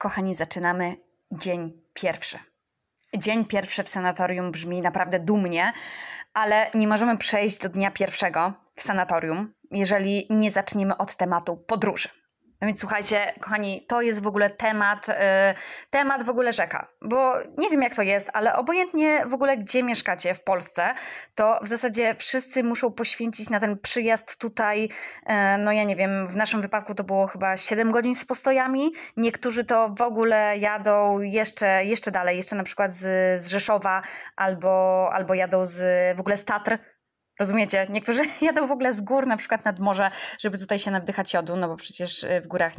Kochani, zaczynamy dzień pierwszy. Dzień pierwszy w sanatorium brzmi naprawdę dumnie, ale nie możemy przejść do dnia pierwszego w sanatorium, jeżeli nie zaczniemy od tematu podróży. No więc słuchajcie, kochani, to jest w ogóle temat w ogóle rzeka, bo nie wiem jak to jest, ale obojętnie w ogóle gdzie mieszkacie w Polsce, to w zasadzie wszyscy muszą poświęcić na ten przyjazd tutaj, no ja nie wiem, w naszym wypadku to było chyba 7 godzin z postojami, niektórzy to w ogóle jadą jeszcze dalej, jeszcze na przykład z Rzeszowa albo jadą w ogóle z Tatr. Rozumiecie? Niektórzy jadą w ogóle z gór, na przykład nad morze, żeby tutaj się nawdychać jodu, no bo przecież w górach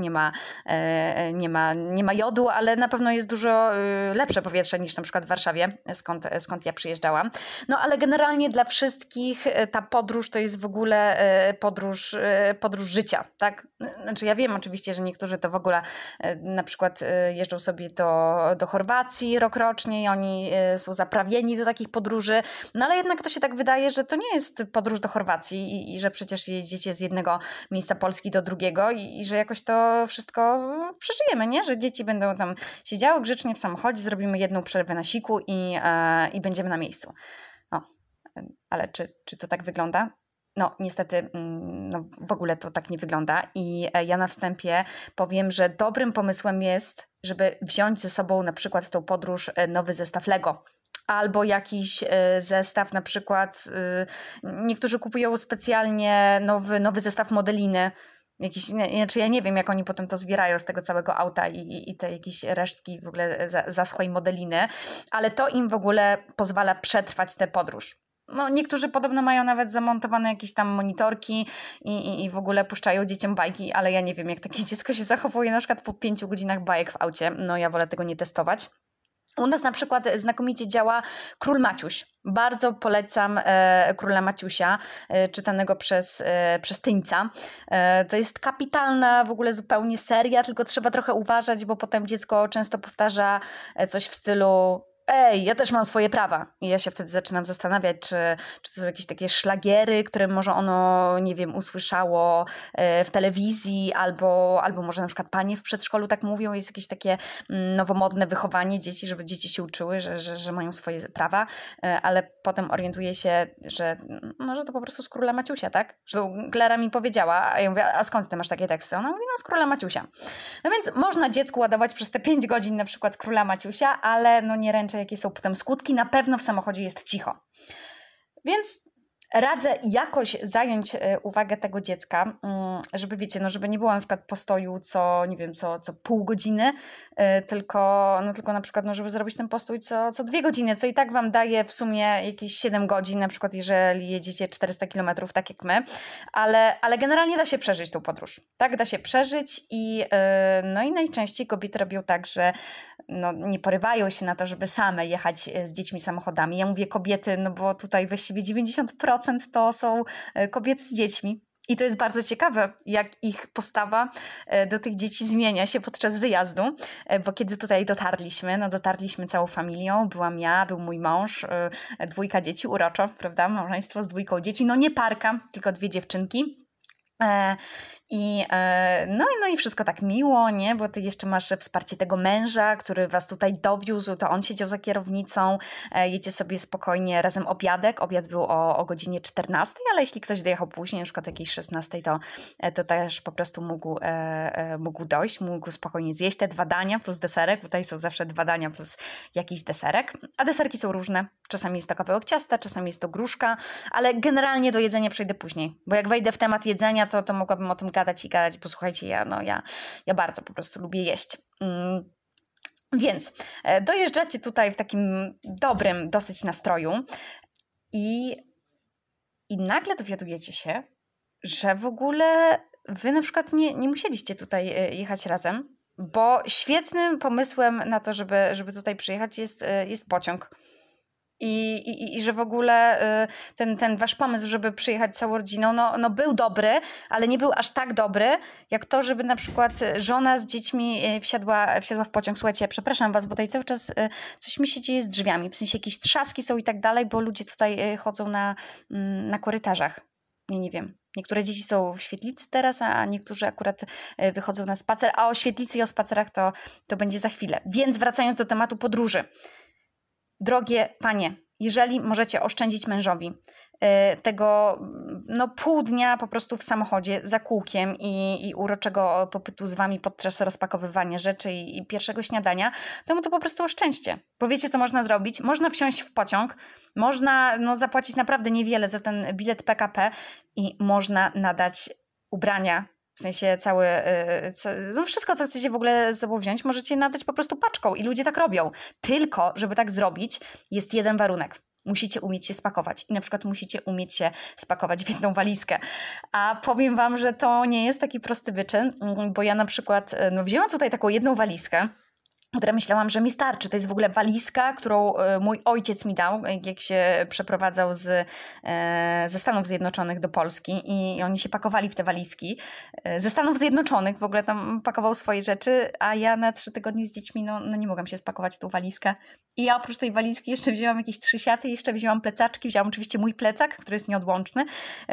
nie ma jodu, ale na pewno jest dużo lepsze powietrze niż na przykład w Warszawie, skąd ja przyjeżdżałam. No ale generalnie dla wszystkich ta podróż to jest w ogóle podróż życia, tak? Znaczy ja wiem oczywiście, że niektórzy to w ogóle na przykład jeżdżą sobie do Chorwacji rokrocznie i oni są zaprawieni do takich podróży, no ale jednak to się tak wydaje, że to nie jest podróż do Chorwacji i że przecież jeździcie z jednego miejsca Polski do drugiego i że jakoś to wszystko przeżyjemy, nie? Że dzieci będą tam siedziały grzecznie w samochodzie, zrobimy jedną przerwę na siku i będziemy na miejscu. No, ale czy to tak wygląda? No niestety no, w ogóle to tak nie wygląda i ja na wstępie powiem, że dobrym pomysłem jest, żeby wziąć ze sobą na przykład w tą podróż nowy zestaw Lego. Albo jakiś zestaw, na przykład niektórzy kupują specjalnie nowy zestaw modeliny. Znaczy ja nie wiem, jak oni potem to zbierają z tego całego auta i te jakieś resztki w ogóle zaschłej modeliny, ale to im w ogóle pozwala przetrwać tę podróż. No, niektórzy podobno mają nawet zamontowane jakieś tam monitorki i w ogóle puszczają dzieciom bajki, ale ja nie wiem, jak takie dziecko się zachowuje na przykład po 5 godzinach bajek w aucie. No ja wolę tego nie testować. U nas na przykład znakomicie działa Król Maciuś. Bardzo polecam Króla Maciusia, czytanego przez Tyńca. To jest kapitalna w ogóle zupełnie seria, tylko trzeba trochę uważać, bo potem dziecko często powtarza coś w stylu: ej, ja też mam swoje prawa. I ja się wtedy zaczynam zastanawiać, czy to są jakieś takie szlagiery, które może ono, nie wiem, usłyszało w telewizji, albo może na przykład panie w przedszkolu tak mówią, jest jakieś takie nowomodne wychowanie dzieci, żeby dzieci się uczyły, że mają swoje prawa, ale potem orientuję się, że to po prostu z Króla Maciusia, tak? Że Klara mi powiedziała, a ja mówię: a skąd ty masz takie teksty? Ona mówi: no z Króla Maciusia. No więc można dziecku ładować przez te 5 godzin na przykład Króla Maciusia, ale no nie ręczę, jakie są potem skutki. Na pewno w samochodzie jest cicho. Więc radzę jakoś zająć uwagę tego dziecka, żeby wiecie, no żeby nie było na przykład postoju co pół godziny, tylko na przykład żeby zrobić ten postój co 2 godziny, co i tak wam daje w sumie jakieś 7 godzin, na przykład jeżeli jedziecie 400 km, tak jak my, ale generalnie da się przeżyć tą podróż, tak? Da się przeżyć i najczęściej kobiety robią tak, że nie porywają się na to, żeby same jechać z dziećmi samochodami. Ja mówię kobiety, no bo tutaj właściwie 90% to są kobiety z dziećmi. I to jest bardzo ciekawe, jak ich postawa do tych dzieci zmienia się podczas wyjazdu, bo kiedy tutaj dotarliśmy całą familią, byłam ja, był mój mąż, 2 dzieci, uroczo, prawda, małżeństwo z 2 dzieci, no nie parka, tylko 2 dziewczynki. I wszystko tak miło, nie? Bo ty jeszcze masz wsparcie tego męża, który was tutaj dowiózł, to on siedział za kierownicą, jedzie sobie spokojnie razem obiadek. Obiad był o godzinie 14, ale jeśli ktoś dojechał później, na przykład jakiejś 16, to też po prostu mógł dojść, mógł spokojnie zjeść te 2 dania plus deserek. Tutaj są zawsze 2 dania plus jakiś deserek, a deserki są różne. Czasami jest to kawałek ciasta, czasami jest to gruszka, ale generalnie do jedzenia przejdę później, bo jak wejdę w temat jedzenia, to mogłabym o tym gadać, bo słuchajcie, ja bardzo po prostu lubię jeść. Więc dojeżdżacie tutaj w takim dobrym dosyć nastroju i nagle dowiadujecie się, że w ogóle wy na przykład nie musieliście tutaj jechać razem, bo świetnym pomysłem na to, żeby tutaj przyjechać jest pociąg. I że w ogóle ten wasz pomysł, żeby przyjechać całą rodziną, był dobry, ale nie był aż tak dobry, jak to, żeby na przykład żona z dziećmi wsiadła w pociąg. Słuchajcie, przepraszam was, bo tutaj cały czas coś mi się dzieje z drzwiami, w sensie jakieś trzaski są i tak dalej, bo ludzie tutaj chodzą na korytarzach. Ja nie wiem. Niektóre dzieci są w świetlicy teraz, a niektórzy akurat wychodzą na spacer. A o świetlicy i o spacerach to będzie za chwilę. Więc wracając do tematu podróży. Drogie panie, jeżeli możecie oszczędzić mężowi tego pół dnia po prostu w samochodzie za kółkiem i uroczego popytu z wami podczas rozpakowywania rzeczy i pierwszego śniadania, to mu to po prostu oszczędźcie. Bo wiecie, co można zrobić? Można wsiąść w pociąg, można zapłacić naprawdę niewiele za ten bilet PKP i można nadać ubrania. W sensie wszystko, co chcecie w ogóle z sobą wziąć, możecie nadać po prostu paczką i ludzie tak robią. Tylko, żeby tak zrobić, jest jeden warunek. Musicie umieć się spakować i na przykład musicie umieć się spakować w jedną walizkę. A powiem wam, że to nie jest taki prosty wyczyn, bo ja na przykład wzięłam tutaj taką jedną walizkę, która myślałam, że mi starczy. To jest w ogóle walizka, którą mój ojciec mi dał, jak się przeprowadzał ze Stanów Zjednoczonych do Polski i oni się pakowali w te walizki. Ze Stanów Zjednoczonych w ogóle tam pakował swoje rzeczy, a ja na 3 tygodnie z dziećmi nie mogłam się spakować w tą walizkę. I ja oprócz tej walizki jeszcze wzięłam jakieś 3 siaty, jeszcze wzięłam plecaczki, wzięłam oczywiście mój plecak, który jest nieodłączny,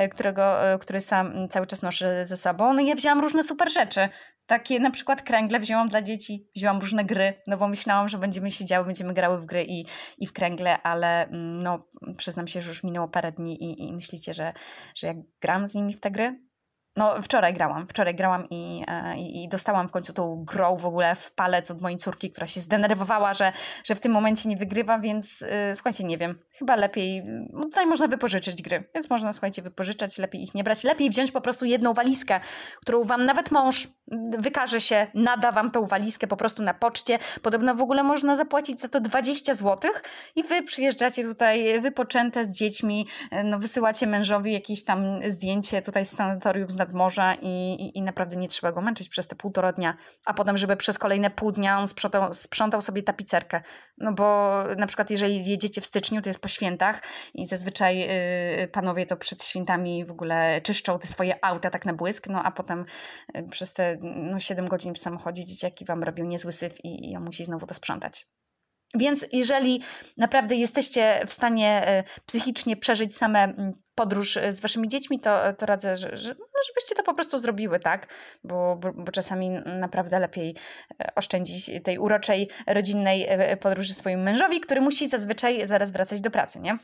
który sam cały czas noszę ze sobą. No i ja wzięłam różne super rzeczy. Takie na przykład kręgle wzięłam dla dzieci, wzięłam różne gry, bo myślałam, że będziemy siedziały, będziemy grały w gry i w kręgle, ale przyznam się, że już minęło parę dni i myślicie, że jak gram z nimi w te gry? Wczoraj grałam i dostałam w końcu tą grą w ogóle w palec od mojej córki, która się zdenerwowała, że w tym momencie nie wygrywa, więc słuchajcie, nie wiem, chyba lepiej, tutaj można wypożyczyć gry, więc można, słuchajcie, wypożyczać, lepiej ich nie brać, lepiej wziąć po prostu jedną walizkę, którą wam nawet mąż wykaże się, nada wam tą walizkę po prostu na poczcie, podobno w ogóle można zapłacić za to 20 zł i wy przyjeżdżacie tutaj wypoczęte z dziećmi, wysyłacie mężowi jakieś tam zdjęcie tutaj z sanatorium z nadmorza i naprawdę nie trzeba go męczyć przez te 1,5 dnia, a potem, żeby przez kolejne pół dnia on sprzątał sobie tapicerkę. Bo na przykład jeżeli jedziecie w styczniu, to jest po świętach i zazwyczaj panowie to przed świętami w ogóle czyszczą te swoje auta tak na błysk, a potem przez te 7 godzin w samochodzie dzieciaki wam robią niezły syf i on musi znowu to sprzątać. Więc jeżeli naprawdę jesteście w stanie psychicznie przeżyć same podróż z waszymi dziećmi, to radzę, żebyście to po prostu zrobiły, tak? Bo czasami naprawdę lepiej oszczędzić tej uroczej, rodzinnej podróży swojemu mężowi, który musi zazwyczaj zaraz wracać do pracy, nie?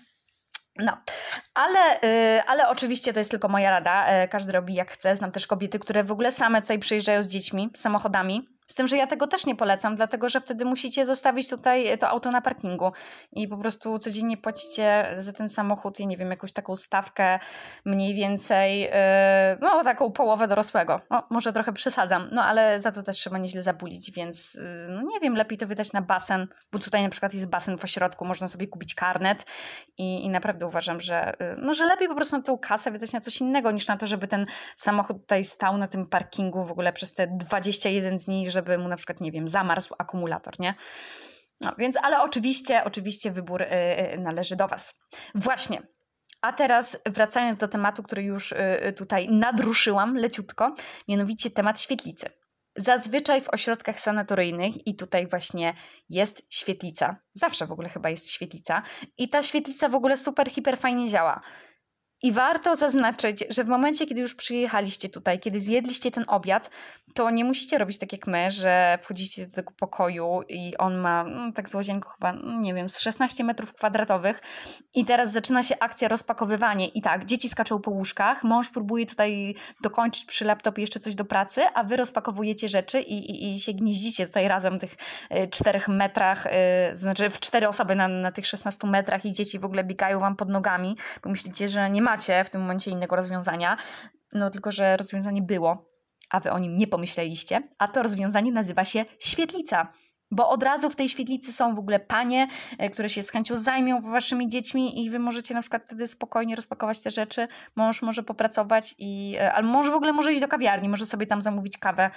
Ale oczywiście to jest tylko moja rada, każdy robi jak chce. Znam też kobiety, które w ogóle same tutaj przyjeżdżają z dziećmi, samochodami. Z tym, że ja tego też nie polecam, dlatego że wtedy musicie zostawić tutaj to auto na parkingu i po prostu codziennie płacicie za ten samochód, ja nie wiem, jakąś taką stawkę mniej więcej, taką połowę dorosłego. Może trochę przesadzam, ale za to też trzeba nieźle zabulić, więc nie wiem, lepiej to wydać na basen, bo tutaj na przykład jest basen w ośrodku, można sobie kupić karnet i naprawdę uważam, że lepiej po prostu na tą kasę wydać na coś innego, niż na to, żeby ten samochód tutaj stał na tym parkingu w ogóle przez te 21 dni, żeby mu na przykład, nie wiem, zamarzł akumulator, nie? Więc, ale oczywiście wybór należy do was. Właśnie. A teraz wracając do tematu, który już tutaj nadruszyłam leciutko, mianowicie temat świetlicy. Zazwyczaj w ośrodkach sanatoryjnych i tutaj właśnie jest świetlica. Zawsze w ogóle chyba jest świetlica. I ta świetlica w ogóle super, hiper fajnie działa. I warto zaznaczyć, że w momencie, kiedy już przyjechaliście tutaj, kiedy zjedliście ten obiad, to nie musicie robić tak jak my, że wchodzicie do tego pokoju i on ma tak z łazienką chyba, nie wiem, z 16 metrów kwadratowych i teraz zaczyna się akcja rozpakowywania i tak, dzieci skaczą po łóżkach, mąż próbuje tutaj dokończyć przy laptopie jeszcze coś do pracy, a wy rozpakowujecie rzeczy i się gnieździcie tutaj razem w tych 4 metrach, znaczy w 4 osoby na tych 16 metrach i dzieci w ogóle biegają wam pod nogami, bo myślicie, że nie macie w tym momencie innego rozwiązania, tylko że rozwiązanie było, a wy o nim nie pomyśleliście, a to rozwiązanie nazywa się świetlica. Bo od razu w tej świetlicy są w ogóle panie, które się z chęcią zajmią waszymi dziećmi i wy możecie na przykład wtedy spokojnie rozpakować te rzeczy, mąż może popracować albo mąż w ogóle może iść do kawiarni, może sobie tam zamówić kawę,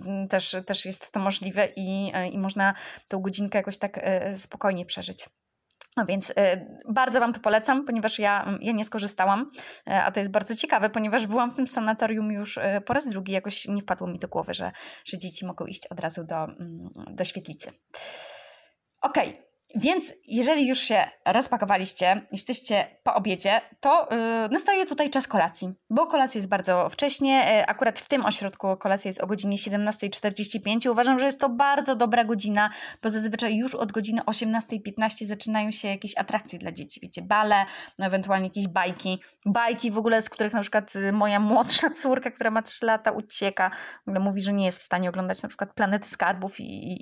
też jest to możliwe i można tą godzinkę jakoś tak spokojnie przeżyć. Więc bardzo wam to polecam, ponieważ ja nie skorzystałam, a to jest bardzo ciekawe, ponieważ byłam w tym sanatorium już po raz drugi, jakoś nie wpadło mi do głowy, że dzieci mogą iść od razu do świetlicy. Okej. Więc jeżeli już się rozpakowaliście, jesteście po obiedzie, to nastaje tutaj czas kolacji, bo kolacja jest bardzo wcześnie. Akurat w tym ośrodku kolacja jest o godzinie 17:45. Uważam, że jest to bardzo dobra godzina, bo zazwyczaj już od godziny 18:15 zaczynają się jakieś atrakcje dla dzieci. Wiecie, bale, no ewentualnie jakieś bajki. Bajki w ogóle, z których na przykład moja młodsza córka, która ma 3 lata, ucieka. W ogóle mówi, że nie jest w stanie oglądać na przykład Planety Skarbów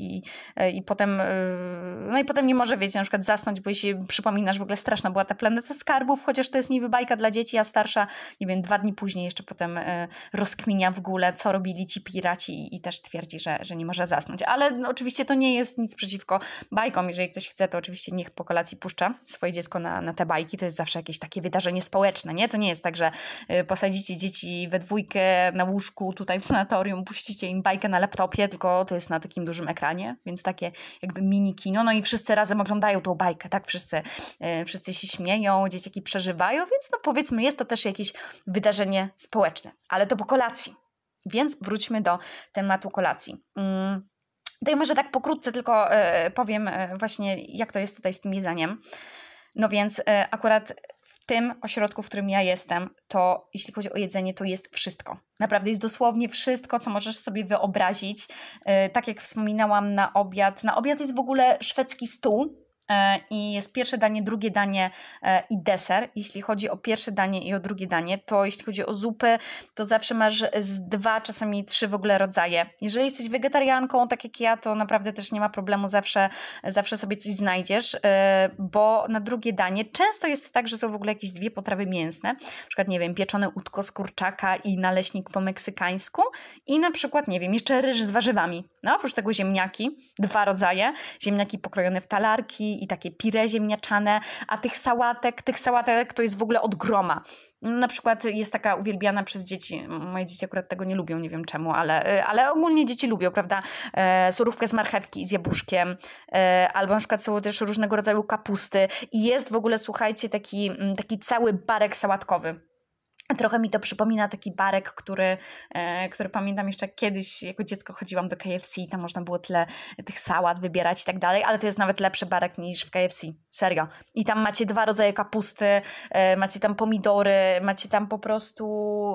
i potem no i potem nie może, wiecie, na przykład zasnąć, bo jej się przypomina, że w ogóle straszna była ta Planeta Skarbów, chociaż to jest niby bajka dla dzieci, a starsza, nie wiem, 2 dni później jeszcze potem rozkminia w ogóle, co robili ci piraci i też twierdzi, że nie może zasnąć. Ale no, oczywiście to nie jest nic przeciwko bajkom. Jeżeli ktoś chce, to oczywiście niech po kolacji puszcza swoje dziecko na te bajki. To jest zawsze jakieś takie wydarzenie społeczne, nie? To nie jest tak, że posadzicie dzieci we dwójkę na łóżku tutaj w sanatorium, puścicie im bajkę na laptopie, tylko to jest na takim dużym ekranie, więc takie jakby mini kino, no i wszyscy razem oglądają tą bajkę, tak? Wszyscy się śmieją, dzieciaki przeżywają, więc no powiedzmy, jest to też jakieś wydarzenie społeczne, ale to po kolacji. Więc wróćmy do tematu kolacji. To ja może tak pokrótce tylko powiem właśnie, jak to jest tutaj z tym jedzeniem. No więc akurat w tym ośrodku, w którym ja jestem, to jeśli chodzi o jedzenie, to jest wszystko. Naprawdę jest dosłownie wszystko, co możesz sobie wyobrazić. Tak jak wspominałam na obiad. Na obiad jest w ogóle szwedzki stół. I jest pierwsze danie, drugie danie i deser. Jeśli chodzi o pierwsze danie i o drugie danie, to jeśli chodzi o zupy, to zawsze masz z 2, czasami 3 w ogóle rodzaje. Jeżeli jesteś wegetarianką, tak jak ja, to naprawdę też nie ma problemu, zawsze sobie coś znajdziesz, bo na drugie danie często jest tak, że są w ogóle jakieś 2 potrawy mięsne, na przykład, nie wiem, pieczone udko z kurczaka i naleśnik po meksykańsku i na przykład, nie wiem, jeszcze ryż z warzywami. No, oprócz tego ziemniaki, 2 rodzaje, ziemniaki pokrojone w talarki i takie pire ziemniaczane, a tych sałatek to jest w ogóle od groma. Na przykład jest taka uwielbiana przez dzieci, moje dzieci akurat tego nie lubią, nie wiem czemu, ale ogólnie dzieci lubią, prawda, surówkę z marchewki, z jabłuszkiem, albo na przykład są też różnego rodzaju kapusty i jest w ogóle, słuchajcie, taki cały barek sałatkowy. Trochę mi to przypomina taki barek, który pamiętam jeszcze kiedyś jako dziecko chodziłam do KFC i tam można było tyle tych sałat wybierać i tak dalej, ale to jest nawet lepszy barek niż w KFC, serio. I tam macie 2 rodzaje kapusty, macie tam pomidory, macie tam po prostu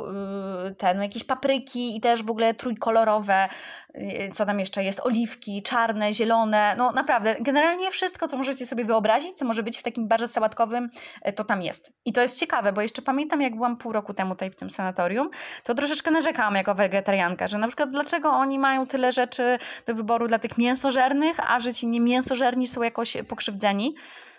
jakieś papryki i też w ogóle trójkolorowe, co tam jeszcze jest, oliwki, czarne, zielone, no naprawdę, generalnie wszystko, co możecie sobie wyobrazić, co może być w takim barze sałatkowym, to tam jest. I to jest ciekawe, bo jeszcze pamiętam, jak byłam pół roku temu tutaj w tym sanatorium, to troszeczkę narzekałam jako wegetarianka, że na przykład dlaczego oni mają tyle rzeczy do wyboru dla tych mięsożernych, a że ci nie mięsożerni są jakoś pokrzywdzeni.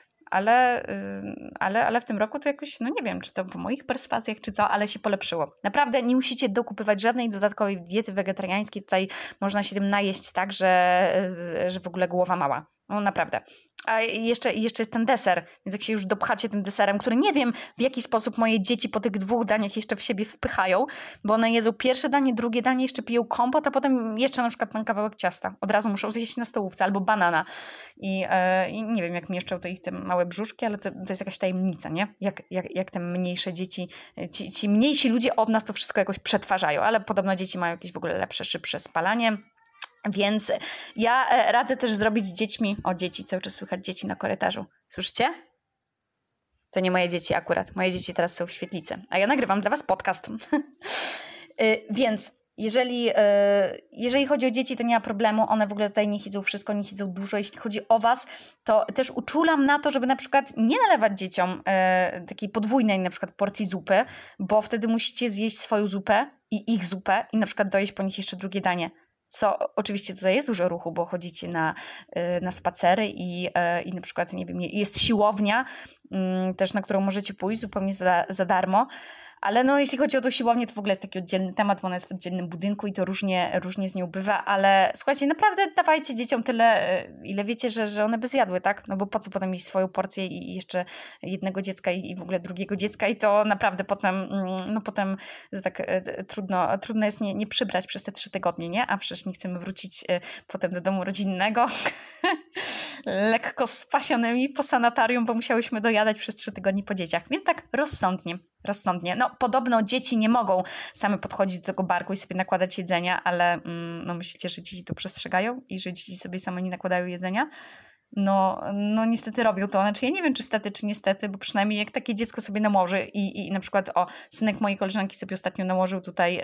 Ale w tym roku to jakoś, no nie wiem, czy to po moich perswazjach, czy co, ale się polepszyło. Naprawdę nie musicie dokupywać żadnej dodatkowej diety wegetariańskiej. Tutaj można się tym najeść tak, że w ogóle głowa mała. No naprawdę. A jeszcze jest ten deser, więc jak się już dopchacie tym deserem, który nie wiem, w jaki sposób moje dzieci po tych 2 daniach jeszcze w siebie wpychają, bo one jedzą pierwsze danie, drugie danie, jeszcze piją kompot, a potem jeszcze na przykład ten kawałek ciasta. Od razu muszą zjeść na stołówce albo banana. I nie wiem, jak mieszczą to ich te małe brzuszki, ale to jest jakaś tajemnica, nie? Jak te mniejsze dzieci, ci mniejsi ludzie od nas to wszystko jakoś przetwarzają, ale podobno dzieci mają jakieś w ogóle lepsze, szybsze spalanie. Więc ja radzę też zrobić z dziećmi, dzieci, cały czas słychać dzieci na korytarzu. Słyszycie? To nie moje dzieci akurat. Moje dzieci teraz są w świetlicy, a ja nagrywam dla was podcast. Więc jeżeli chodzi o dzieci, to nie ma problemu. One w ogóle tutaj nie jedzą wszystko, nie jedzą dużo. Jeśli chodzi o was, to też uczulam na to, żeby na przykład nie nalewać dzieciom takiej podwójnej na przykład porcji zupy, bo wtedy musicie zjeść swoją zupę i ich zupę i na przykład dojeść po nich jeszcze drugie danie. Co oczywiście tutaj jest dużo ruchu, bo chodzicie na spacery i na przykład, nie wiem, jest siłownia też, na którą możecie pójść zupełnie za darmo. Ale no, jeśli chodzi o tą siłownię, to w ogóle jest taki oddzielny temat, bo ona jest w oddzielnym budynku i to różnie z nią bywa, ale słuchajcie, naprawdę dawajcie dzieciom tyle, ile wiecie, że one by zjadły, tak? No bo po co potem mieć swoją porcję i jeszcze jednego dziecka i w ogóle drugiego dziecka i to naprawdę potem tak trudno jest nie przybrać przez te 3 tygodnie, nie? A przecież nie chcemy wrócić potem do domu rodzinnego lekko spasionymi po sanatarium, bo musiałyśmy dojadać przez 3 tygodnie po dzieciach, więc tak rozsądnie. No podobno dzieci nie mogą same podchodzić do tego barku i sobie nakładać jedzenia, ale no myślicie, że dzieci to przestrzegają i że dzieci sobie same nie nakładają jedzenia? no niestety robią to. Znaczy ja nie wiem, czy stety, czy niestety, bo przynajmniej jak takie dziecko sobie nałoży i na przykład synek mojej koleżanki sobie ostatnio nałożył tutaj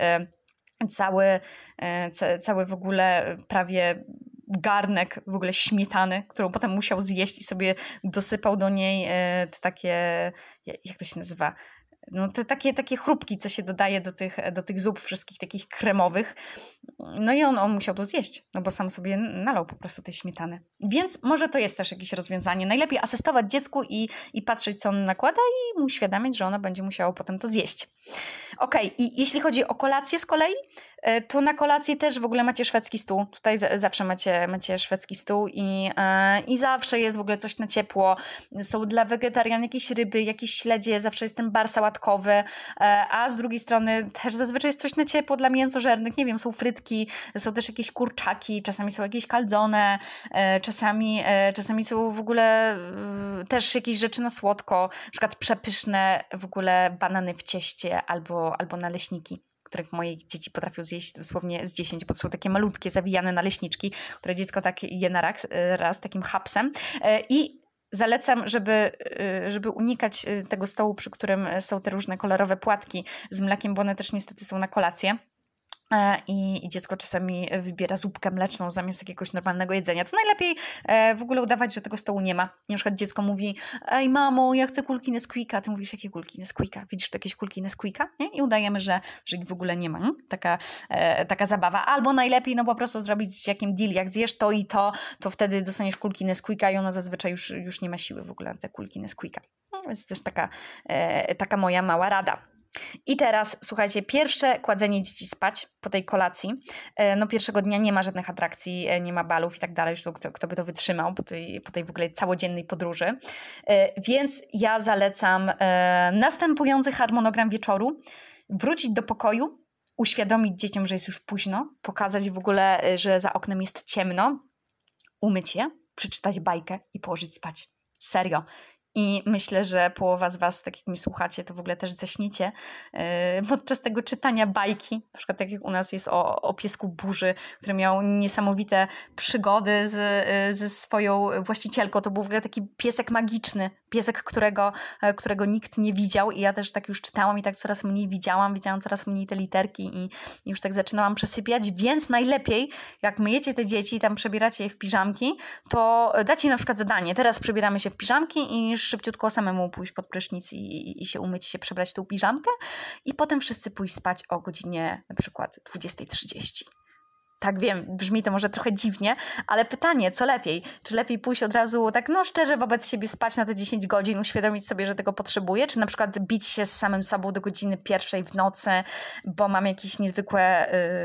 cały w ogóle prawie garnek w ogóle śmietany, którą potem musiał zjeść i sobie dosypał do niej te takie, jak to się nazywa? No te takie chrupki, co się dodaje do tych zup wszystkich takich kremowych. No i on musiał to zjeść, no bo sam sobie nalał po prostu tej śmietany. Więc może to jest też jakieś rozwiązanie. Najlepiej asystować dziecku i patrzeć, co on nakłada i mu uświadamiać, że ono będzie musiało potem to zjeść. Okej, i jeśli chodzi o kolację z kolei, to na kolację też w ogóle macie szwedzki stół. Tutaj zawsze macie szwedzki stół i zawsze jest w ogóle coś na ciepło. Są dla wegetarian jakieś ryby, jakieś śledzie, zawsze jest ten bar sałatkowy, a z drugiej strony też zazwyczaj jest coś na ciepło dla mięsożernych. Nie wiem, są frytki, są też jakieś kurczaki, czasami są jakieś calzone, czasami są w ogóle też jakieś rzeczy na słodko, na przykład przepyszne w ogóle banany w cieście albo naleśniki, których moje dzieci potrafią zjeść dosłownie z 10, bo to są takie malutkie, zawijane naleśniczki, które dziecko tak je na raz takim hapsem. I zalecam, żeby unikać tego stołu, przy którym są te różne kolorowe płatki z mlekiem, bo one też niestety są na kolację. I dziecko czasami wybiera zupkę mleczną zamiast jakiegoś normalnego jedzenia. To najlepiej w ogóle udawać, że tego stołu nie ma. I na przykład dziecko mówi: ej mamo, ja chcę kulki Nesquika. Ty mówisz: jakie kulki Nesquika? Widzisz tu jakieś kulki Nesquika? Nie? I udajemy, że ich w ogóle nie ma. Taka zabawa. Albo najlepiej po prostu zrobić z dzieciakiem deal. Jak zjesz to i to wtedy dostaniesz kulki Nesquika i ono zazwyczaj już nie ma siły w ogóle, te kulki Nesquika. No, więc też taka moja mała rada. I teraz, słuchajcie, pierwsze kładzenie dzieci spać po tej kolacji. No pierwszego dnia nie ma żadnych atrakcji, nie ma balów i tak dalej, kto by to wytrzymał po tej w ogóle całodziennej podróży. Więc ja zalecam następujący harmonogram wieczoru. Wrócić do pokoju, uświadomić dzieciom, że jest już późno, pokazać w ogóle, że za oknem jest ciemno, umyć je, przeczytać bajkę i położyć spać. Serio. I myślę, że połowa z Was, tak jak mi słuchacie, to w ogóle też zaśniecie podczas tego czytania bajki. Na przykład tak jak u nas jest o piesku Burzy, który miał niesamowite przygody ze swoją właścicielką. To był w ogóle taki piesek magiczny. Piesek, którego nikt nie widział i ja też tak już czytałam i tak coraz mniej widziałam coraz mniej te literki i już tak zaczynałam przesypiać, więc najlepiej jak myjecie te dzieci i tam przebieracie je w piżamki, to dacie na przykład zadanie: teraz przebieramy się w piżamki i szybciutko samemu pójść pod prysznic i się umyć, się przebrać tą piżamkę i potem wszyscy pójść spać o godzinie na przykład 20:30. Tak, wiem, brzmi to może trochę dziwnie, ale pytanie, co lepiej? Czy lepiej pójść od razu tak szczerze wobec siebie spać na te 10 godzin, uświadomić sobie, że tego potrzebuję, czy na przykład bić się z samym sobą do godziny 1:00 w nocy, bo mam jakieś niezwykłe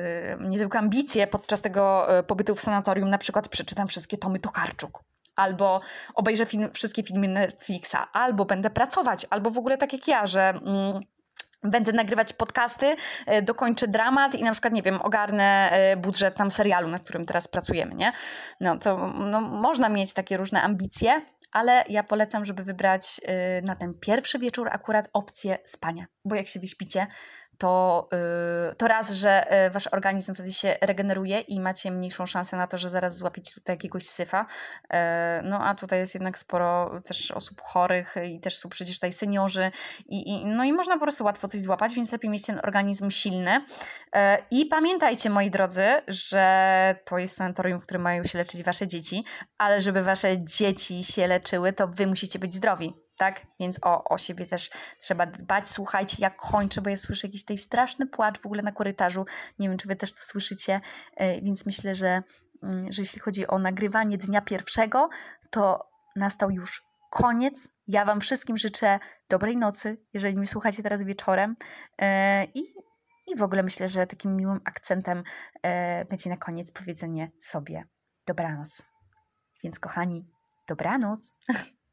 ambicje podczas tego pobytu w sanatorium, na przykład przeczytam wszystkie tomy Tokarczuk, albo obejrzę wszystkie filmy Netflixa, albo będę pracować, albo w ogóle tak jak ja, że będę nagrywać podcasty, dokończę dramat i na przykład, nie wiem, ogarnę budżet tam serialu, nad którym teraz pracujemy, nie? No to można mieć takie różne ambicje, ale ja polecam, żeby wybrać na ten pierwszy wieczór akurat opcję spania, bo jak się wyśpicie, to raz, że wasz organizm wtedy się regeneruje i macie mniejszą szansę na to, że zaraz złapiecie tutaj jakiegoś syfa. No a tutaj jest jednak sporo też osób chorych i też są przecież tutaj seniorzy i można po prostu łatwo coś złapać, więc lepiej mieć ten organizm silny. I pamiętajcie, moi drodzy, że to jest sanatorium, w którym mają się leczyć wasze dzieci, ale żeby wasze dzieci się leczyły, to wy musicie być zdrowi. Tak? Więc o siebie też trzeba dbać. Słuchajcie, jak kończę, bo ja słyszę jakiś tutaj straszny płacz w ogóle na korytarzu. Nie wiem, czy wy też to słyszycie, więc myślę, że jeśli chodzi o nagrywanie dnia pierwszego, to nastał już koniec. Ja wam wszystkim życzę dobrej nocy, jeżeli mnie słuchacie teraz wieczorem i w ogóle myślę, że takim miłym akcentem będzie na koniec powiedzenie sobie dobranoc. Więc kochani, dobranoc!